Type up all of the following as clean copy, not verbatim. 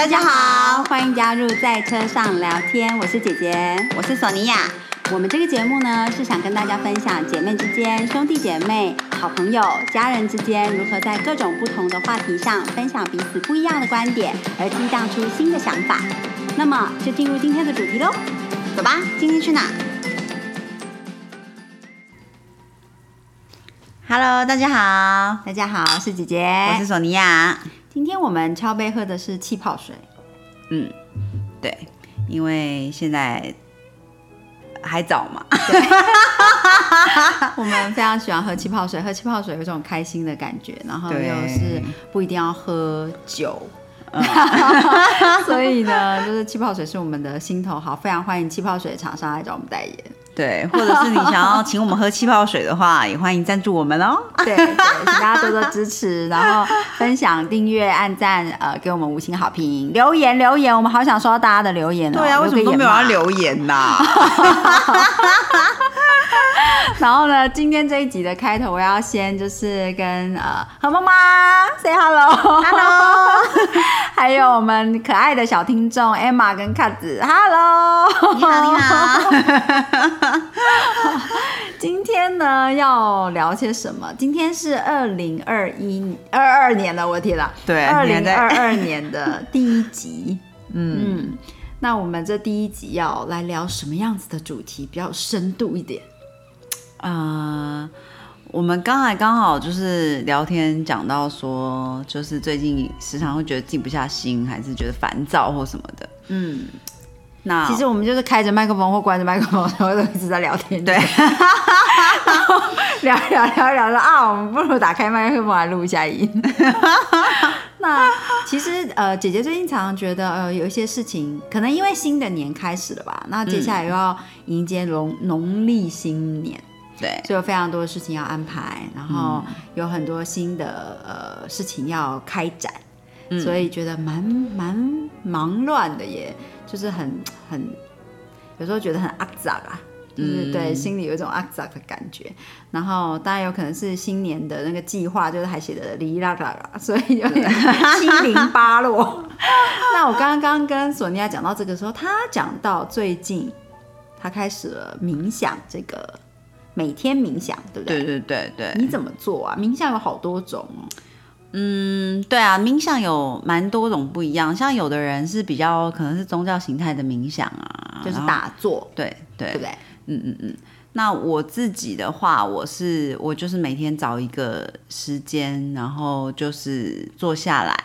大家好，欢迎加入在车上聊天，我是姐姐， 我是索尼娅。 我们这个节目呢，是想跟大家分享姐妹之间、兄弟姐妹、好朋友、家人之间如何在各种不同的话题上分享彼此不一样的观点，而激荡出新的想法。那么就进入今天的主题咯， 走吧，今天去哪？Hello， 大家好， 大家好，是姐姐， 我是索尼娅。 今天我们敲杯喝的是气泡水。 对，因为现在还早嘛。 我们非常喜欢喝气泡水，喝气泡水有一种开心的感觉，然后又是不一定要喝酒。所以呢，就是气泡水是我们的心头好，非常欢迎气泡水厂商来找我们代言。 对，或者是你想要请我们喝气泡水的话，也欢迎赞助我们哦。 对，请大家多多支持，然后分享、订阅、按赞，给我们5星好评，留言，我们好想收到大家的留言哦。 对啊，为什么都没有要留言呐？ 然后呢，今天这一集的开头，我要先就是跟何妈妈 say hello， 还有我们可爱的小听众 Emma 跟 Katz，hello， 你好。 今天呢要聊些什么？今天是2022年了，我的天啦！ 对 ，2022年的第一集。那我们这第一集要来聊什么样子的主题？比较深度一点。 我们刚好就是聊天讲到说，就是最近时常会觉得静不下心，还是觉得烦躁或什么的。那其实我们就是开着麦克风或关着麦克风，然后都一直在聊天。 对， 然后聊说我们不如打开麦克风来录一下音。那其实姐姐最近常常觉得有一些事情，可能因为新的年开始了吧，那接下来又要迎接农历新年。 对， 所以有非常多的事情要安排，然后有很多新的事情要开展，所以觉得蛮忙乱的耶，就是很有时候觉得很阿杂啊，就是对心里有一种阿杂的感觉。然后当然有可能是新年的那个计划，就是还写的哩啦啦啦，所以有点七零八落。那我刚刚跟索尼娅讲到这个时候，她讲到最近她开始了冥想这个。每天冥想，对不对？ 对。 你怎么做啊？冥想有好多种哦。 对啊，冥想有蛮多种不一样。像有的人是比较可能是宗教形态的冥想啊， 就是打坐， 对不对？那我自己的话，我就是每天找一个时间，然后就是坐下来，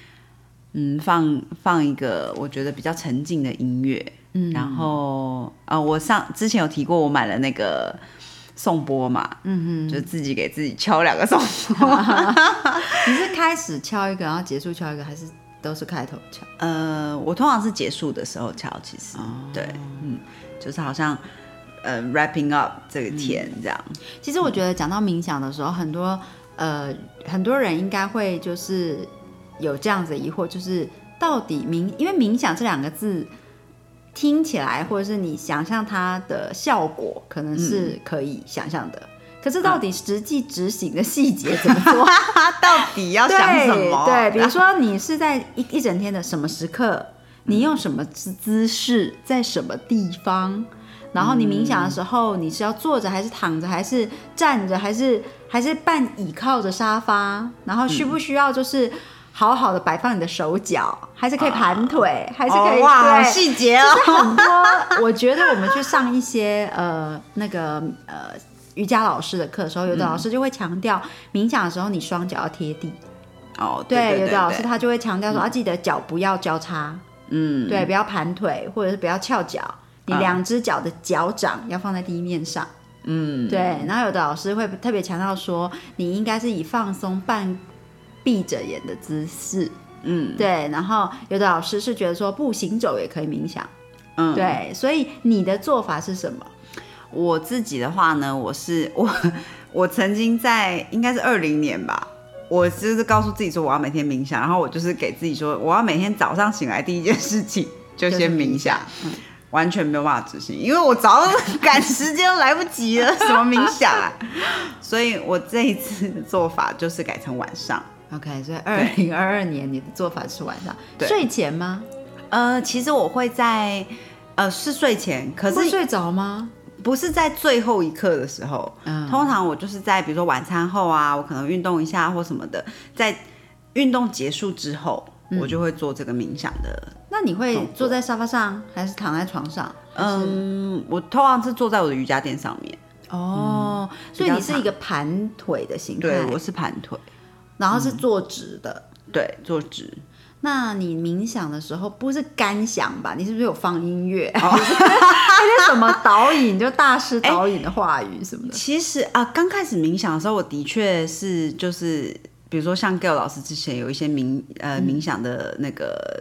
放一个我觉得比较沉静的音乐，然后我之前有提过，我买了那个。颂钵嘛，就自己给自己敲2个颂钵。 你是开始敲一个，然后结束敲一个，还是都是开头敲？ 我通常是结束的时候敲，其实，对，就是好像wrapping up 这个天这样。 其实我觉得讲到冥想的时候，很多人应该会就是有这样子的疑惑，就是到底因为冥想这2个字。听起来或者是你想象它的效果可能是可以想象的，可是到底实际执行的细节怎么做？ 到底要想什么？ 对，比如说你是在一整天的什么时刻，你用什么姿势，在什么地方，然后你冥想的时候，你是要坐着还是躺着还是站着还是半倚靠着沙发，然后需不需要就是好好的摆放你的手脚，还是可以盘腿，还是可以哇，细节哦， 就是很多。我觉得我们去上一些瑜伽老师的课的时候，有的老师就会强调，冥想的时候你双脚要贴地。对，有的老师他就会强调说，记得脚不要交叉，对，不要盘腿，或者是不要翘脚，你2只脚的脚掌要放在地面上。对，然后有的老师会特别强调说，你应该是以放松半闭着眼的姿势，对，然后有的老师是觉得说步行走也可以冥想，对，所以你的做法是什么？ 我自己的话呢，我曾经在应该是20年吧，我就是告诉自己说我要每天冥想，然后我就是给自己说我要每天早上醒来第一件事情就先冥想，完全没有办法执行，因为我早上赶时间都来不及了，什么冥想啊？所以我这一次的做法就是改成晚上。 OK， 所以2022年你的做法是晚上睡前吗？ 其实我会在是睡前，可是会睡着吗？ 不是在最后一刻的时候，通常我就是在比如说晚餐后啊，我可能运动一下或什么的，在运动结束之后，我就会做这个冥想的。 那你会坐在沙发上，还是躺在床上？ 我通常是坐在我的瑜伽垫上面。 哦，所以你是一个盘腿的形态。 对，我是盘腿， 然后是坐直的。 对，坐直。 那你冥想的时候不是干想吧？你是不是有放音乐？还是什么导引，就大师导引的话语什么的？ 其实啊，刚开始冥想的时候，我的确是就是，比如说像 Gail 老师之前有一些冥想的那个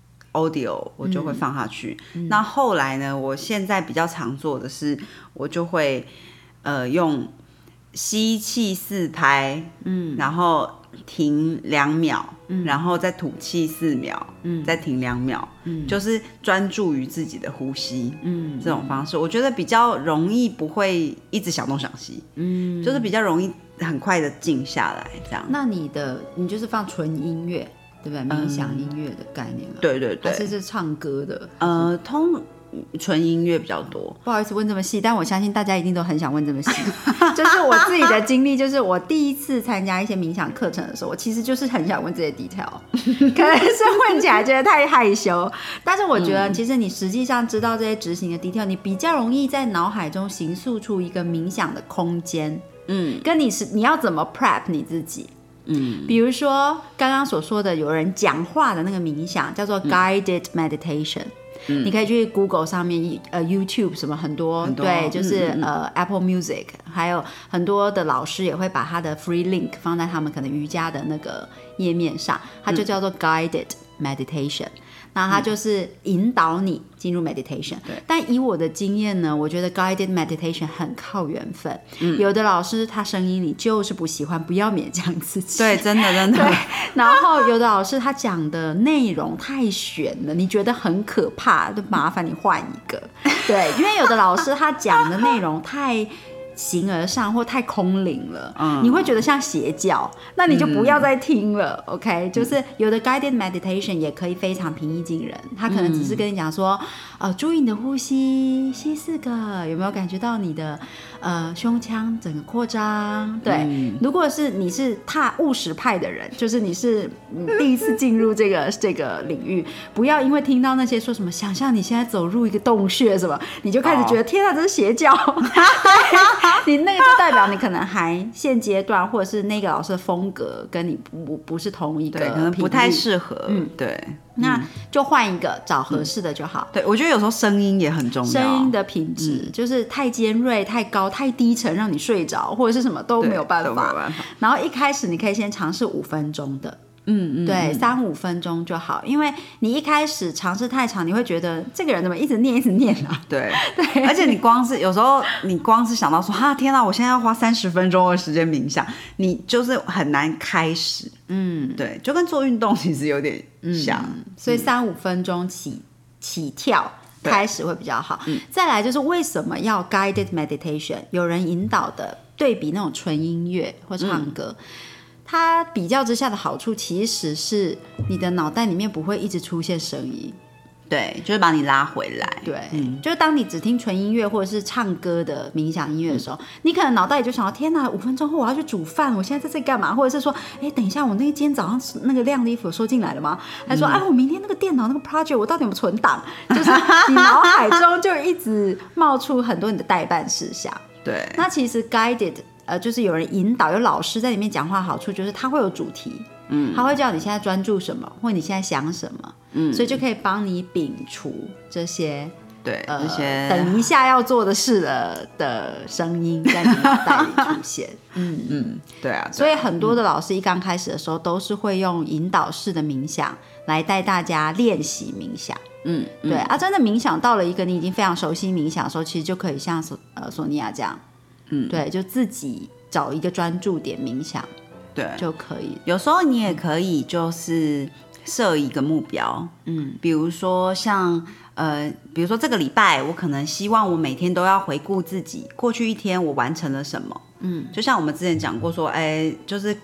audio， 我就会放下去。那后来呢，我现在比较常做的是，我就会用吸气4拍，然后停2秒，然后再吐气4秒，再停2秒，就是专注于自己的呼吸，这种方式，我觉得比较容易不会一直想东想西，就是比较容易很快的静下来，这样。 那你就是放纯音乐，对不对？冥想音乐的概念吗？ 对对对， 还是唱歌的？ 纯音乐比较多。 不好意思问这么细，但我相信大家一定都很想问这么细。就是我自己的经历，就是我第一次参加一些冥想课程的时候，我其实就是很想问这些 detail， 可能是问起来觉得太害羞。但是我觉得，其实你实际上知道这些执行的 detail， 你比较容易在脑海中形塑出一个冥想的空间。跟你要怎么 prep 你自己。比如说刚刚所说的有人讲话的那个冥想叫做 guided meditation，你可以去 Google 上面YouTube 什么很多对，就是Apple Music， 还有很多的老师也会把他的 free link 放在他们可能瑜伽的那个页面上，它就叫做 guided meditation。那它就是引导你进入 meditation，但以我的经验呢，我觉得 guided meditation 很靠缘分。有的老师他声音你就是不喜欢，不要勉强自己。 对，真的真的。 对，然后有的老师他讲的内容太玄了，你觉得很可怕，就麻烦你换一个。对，因为有的老师他讲的内容太形而上或太空灵了，你会觉得像邪教，那你就不要再听了。OK， 就是有的 guided meditation 也可以非常平易近人，他可能只是跟你讲说，注意你的呼吸，吸4个，有没有感觉到你的胸腔整个扩张？对，如果是你是务实派的人，就是你是第一次进入这个领域，不要因为听到那些说什么想象你现在走入一个洞穴什么，你就开始觉得天啊，这是邪教。你那个就代表你可能还现阶段或者是那个老师的风格跟你不是同一个， 可能不太适合。对， 那就换一个，找合适的就好。 对，我觉得有时候声音也很重要， 声音的品质就是太尖锐、太高、太低沉，让你睡着或者是什么都没有办法。然后一开始你可以先尝试5分钟的。对，3-5分钟就好，因为你一开始尝试太长，你会觉得这个人怎么一直念啊？ 对，而且你有时候你光是想到说，天哪，我现在要花30分钟的时间冥想，你就是很难开始。对，就跟做运动其实有点像。 所以3-5分钟起跳开始会比较好。再来就是为什么要 guided meditation， 有人引导的，对比那种纯音乐或唱歌。它比较之下的好处其实是你的脑袋里面不会一直出现声音， 对，就是把你拉回来。 对，就是当你只听纯音乐或者是唱歌的冥想音乐的时候，你可能脑袋里就想到天哪，5分钟后我要去煮饭，我现在在这干嘛？或者是说，等一下我那今天早上那个晾的衣服收进来了吗？还说，我明天那个电脑那个 project 我到底有没有存档？就是你脑海中就一直冒出很多你的待办事项。 对， 那其实 guided就是有人引导，有老师在里面讲话，好处就是他会有主题，他会叫你现在专注什么，或你现在想什么，所以就可以帮你摒除这些这些等一下要做的事的声音在你脑袋里出现。 对啊， 所以很多的老师一刚开始的时候都是会用引导式的冥想来带大家练习冥想。对啊，真的冥想到了一个你已经非常熟悉冥想的时候，其实就可以像索尼娅这样。对，就自己找一个专注点冥想， 对就可以。 有时候你也可以就是设一个目标，比如说像比如说这个礼拜我可能希望我每天都要回顾自己过去一天我完成了什么，就像我们之前讲过说，就是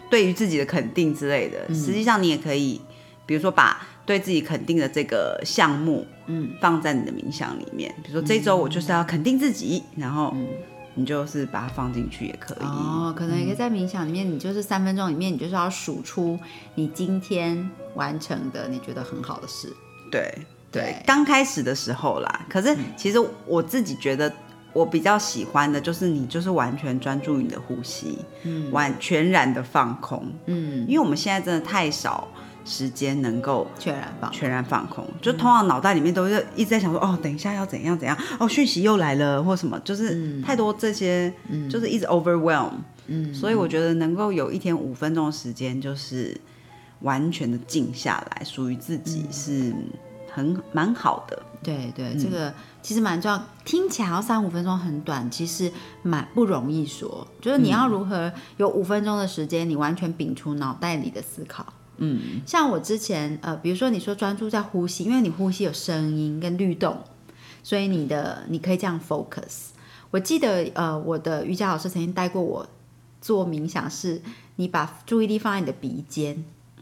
对于自己的肯定之类的，实际上你也可以，比如说把对自己肯定的这个项目，放在你的冥想里面。比如说这一周我就是要肯定自己，然后你就是把它放进去也可以。 可能也可以在冥想里面，你就是3分钟里面，你就是要数出你今天完成的你觉得很好的事。 对，刚开始的时候啦。可是其实我自己觉得，我比较喜欢的就是你就是完全专注于你的呼吸，全然的放空。因为我们现在真的太少时间能够全然放空，就通常脑袋里面都是一直在想说，等一下要怎样怎样，讯息又来了或什么，就是太多这些，就是一直 overwhelm。所以我觉得能够有一天5分钟的时间，就是完全的静下来，属于自己是蛮好的。 对，这个其实蛮重要。听起来要3-5分钟很短，其实蛮不容易说。就是你要如何有5分钟的时间，你完全摒除脑袋里的思考。像我之前比如说你说专注在呼吸，因为你呼吸有声音跟律动，所以你可以这样 focus。我记得我的瑜伽老师曾经带过我做冥想，是你把注意力放在你的鼻尖。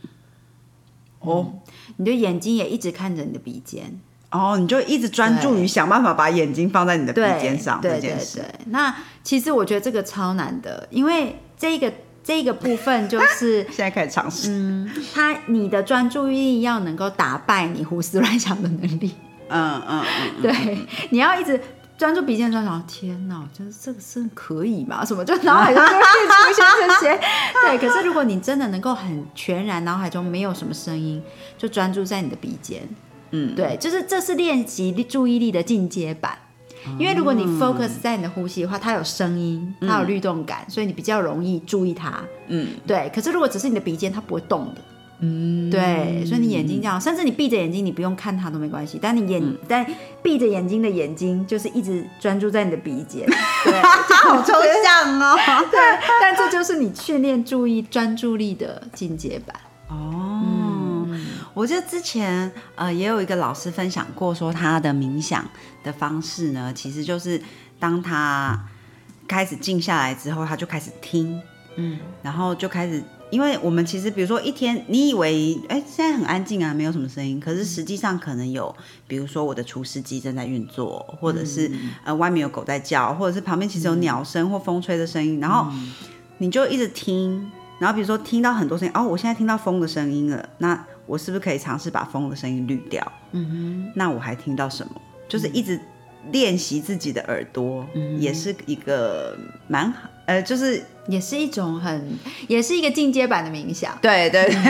你的眼睛也一直看着你的鼻尖。 你就一直专注于想办法把眼睛放在你的鼻尖上这件事。 对，那其实我觉得这个超难的，因为这个部分就是现在开始尝试。 你的专注力要能够打败你胡思乱想的能力。对，你要一直专注鼻尖，专想天哪，就是这个是可以吗？什么就脑海中就会出现这些。对，可是如果你真的能够很全然，脑海中没有什么声音，就专注在你的鼻尖。对，就是这是练习注意力的进阶版。因为如果你 focus 在你的呼吸的话，它有声音，它有律动感，所以你比较容易注意它。对。可是如果只是你的鼻尖，它不会动的。对，所以你眼睛这样，甚至你闭着眼睛，你不用看它都没关系。但你但闭着眼睛的眼睛，就是一直专注在你的鼻尖。对， 好抽象哦。 对，但这就是你训练专注力的进阶版。 我记得之前也有一个老师分享过，说他的冥想的方式呢，其实就是当他开始静下来之后，他就开始听，然后就开始，因为我们其实比如说一天，你以为现在很安静啊，没有什么声音，可是实际上可能有，比如说我的除湿机正在运作，或者是外面有狗在叫，或者是旁边其实有鸟声或风吹的声音，然后你就一直听，然后比如说听到很多声音，我现在听到风的声音了，那我是不是可以尝试把风的声音滤掉？那我还听到什么？就是一直练习自己的耳朵，也是一个蛮好，就是也是一种也是一个进阶版的冥想。 对。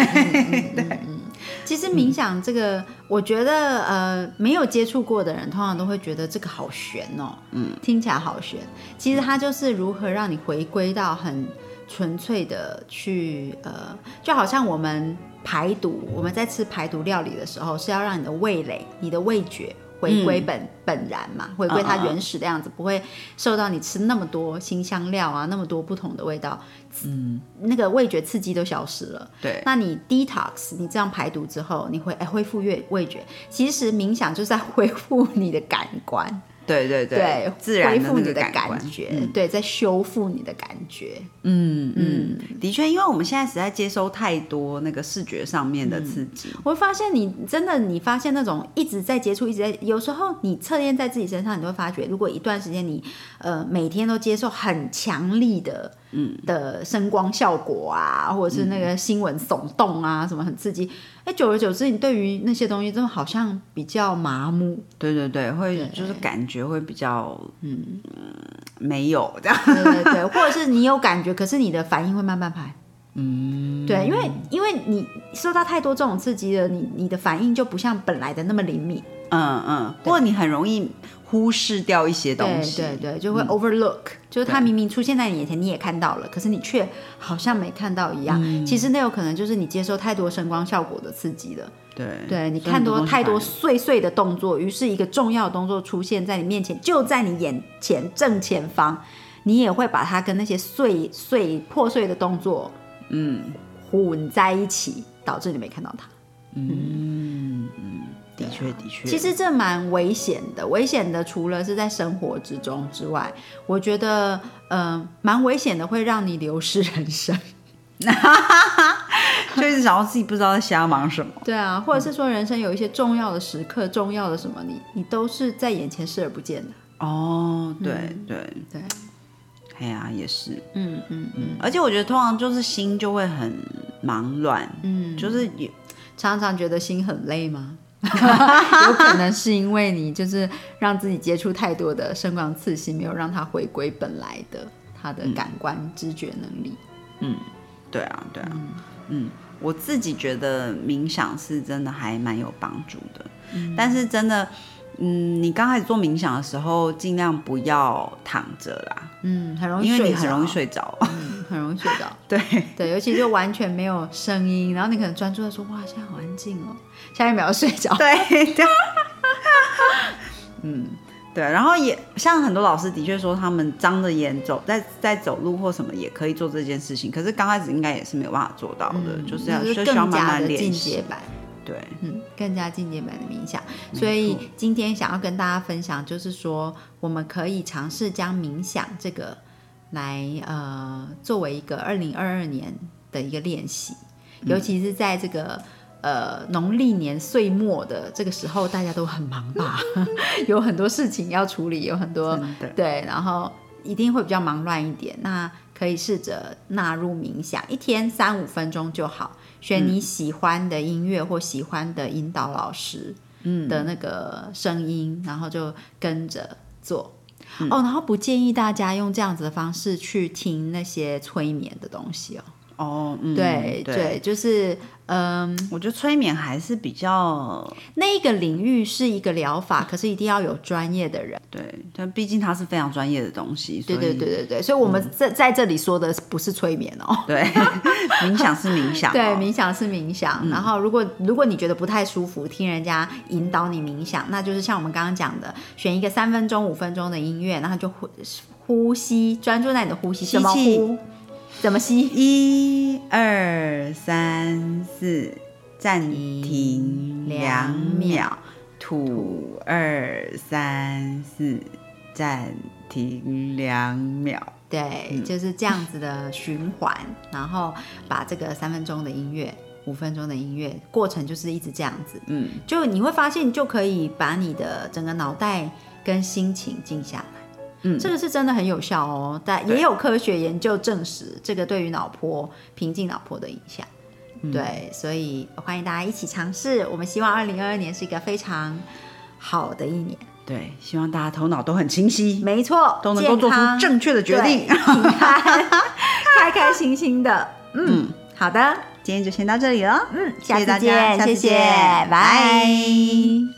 其实冥想这个，我觉得没有接触过的人，通常都会觉得这个好玄哦，听起来好玄。其实它就是如何让你回归到很纯粹的去就好像我们排毒，我们在吃排毒料理的时候，是要让你的味蕾、你的味觉回归本然嘛，回归它原始的样子，不会受到你吃那么多辛香料啊，那么多不同的味道，那个味觉刺激都消失了。 对， 那你 detox， 你这样排毒之后，你会恢复味觉。其实冥想就是在恢复你的感官。 对，自然的那个感觉，对，在修复你的感觉。 的确，因为我们现在实在接收太多那个视觉上面的刺激， 我会发现你发现那种一直在接触，有时候你测验在自己身上，你都会发觉，如果一段时间你每天都接受很强力的声光效果啊，或者是那个新闻耸动啊，什么很刺激，久而久之，你对于那些东西真的好像比较麻木。 对，会就是感觉会比较没有这样。 对，或者是你有感觉，可是你的反应会慢半拍。对，因为你受到太多这种刺激了，你的反应就不像本来的那么灵敏。 或者你很容易忽视掉一些东西。 对，就会 overlook，就是它明明出现在你眼前，你也看到了，可是你却好像没看到一样。其实那有可能就是你接受太多声光效果的刺激了。对，你看太多碎碎的动作，于是一个重要的动作出现在你面前，就在你眼前正前方，你也会把它跟那些破碎的动作混在一起，导致你没看到它。 的确， 其实这蛮危险的。危险的除了是在生活之中之外，我觉得蛮危险的，会让你流失人生。 就一直想到自己不知道在瞎忙什么。 对啊，或者是说人生有一些重要的时刻，重要的什么，你都是在眼前视而不见的。 哦，对对对， 哎呀，也是，而且我觉得通常就是心就会很忙乱，就是也常常觉得心很累吗？有可能是因为你就是让自己接触太多的声光刺激，没有让它回归本来的它的感官知觉能力。 对啊，对啊，我自己觉得冥想是真的还蛮有帮助的，但是真的，你刚开始做冥想的时候，尽量不要躺着啦， 很容易睡着， 因为你很容易睡着， 很容易睡着。 对对，尤其就完全没有声音，然后你可能专注在说哇，现在好安静哦，下一秒睡着。 对，对，然后也像很多老师的确说，他们张着眼在走路或什么也可以做这件事情，可是刚开始应该也是没有办法做到的，就是需要慢慢练习。 更加的进阶版。 对， 更加进阶版的冥想。所以今天想要跟大家分享，就是说我们可以尝试将冥想这个来作为一个2022年的一个练习，尤其是在这个农历年岁末的这个时候，大家都很忙吧，有很多事情要处理，有很多对，然后一定会比较忙乱一点。那可以试着纳入冥想，一天3-5分钟就好，选你喜欢的音乐或喜欢的引导老师的那个声音，然后就跟着做。然后不建议大家用这样子的方式去听那些催眠的东西哦。对，就是我觉得催眠还是比较那一个领域是一个疗法，可是一定要有专业的人。 对，但毕竟它是非常专业的东西。 对，所以我们在这里说的不是催眠哦。 对，冥想是冥想。 对，冥想是冥想。然后如果你觉得不太舒服，听人家引导你冥想，那就是像我们刚刚讲的，选一个3分钟、5分钟的音乐，然后就呼吸，专注在你的呼吸，怎么呼？怎么吸 ？1、2、3、4，暂停2秒，吐2、3、4，暂停2秒。 对，就是这样子的循环，然后把这个3分钟的音乐、5分钟的音乐过程就是一直这样子。就你会发现，就可以把你的整个脑袋跟心情静下来。这个是真的很有效哦，但也有科学研究证实这个对于平静脑波的影响。对，所以欢迎大家一起尝试。我们希望2022年是一个非常好的一年。 对，希望大家头脑都很清晰， 没错， 都能够做出正确的决定， 开开心心的。 好的，今天就先到这里了。 下次见，谢谢，拜。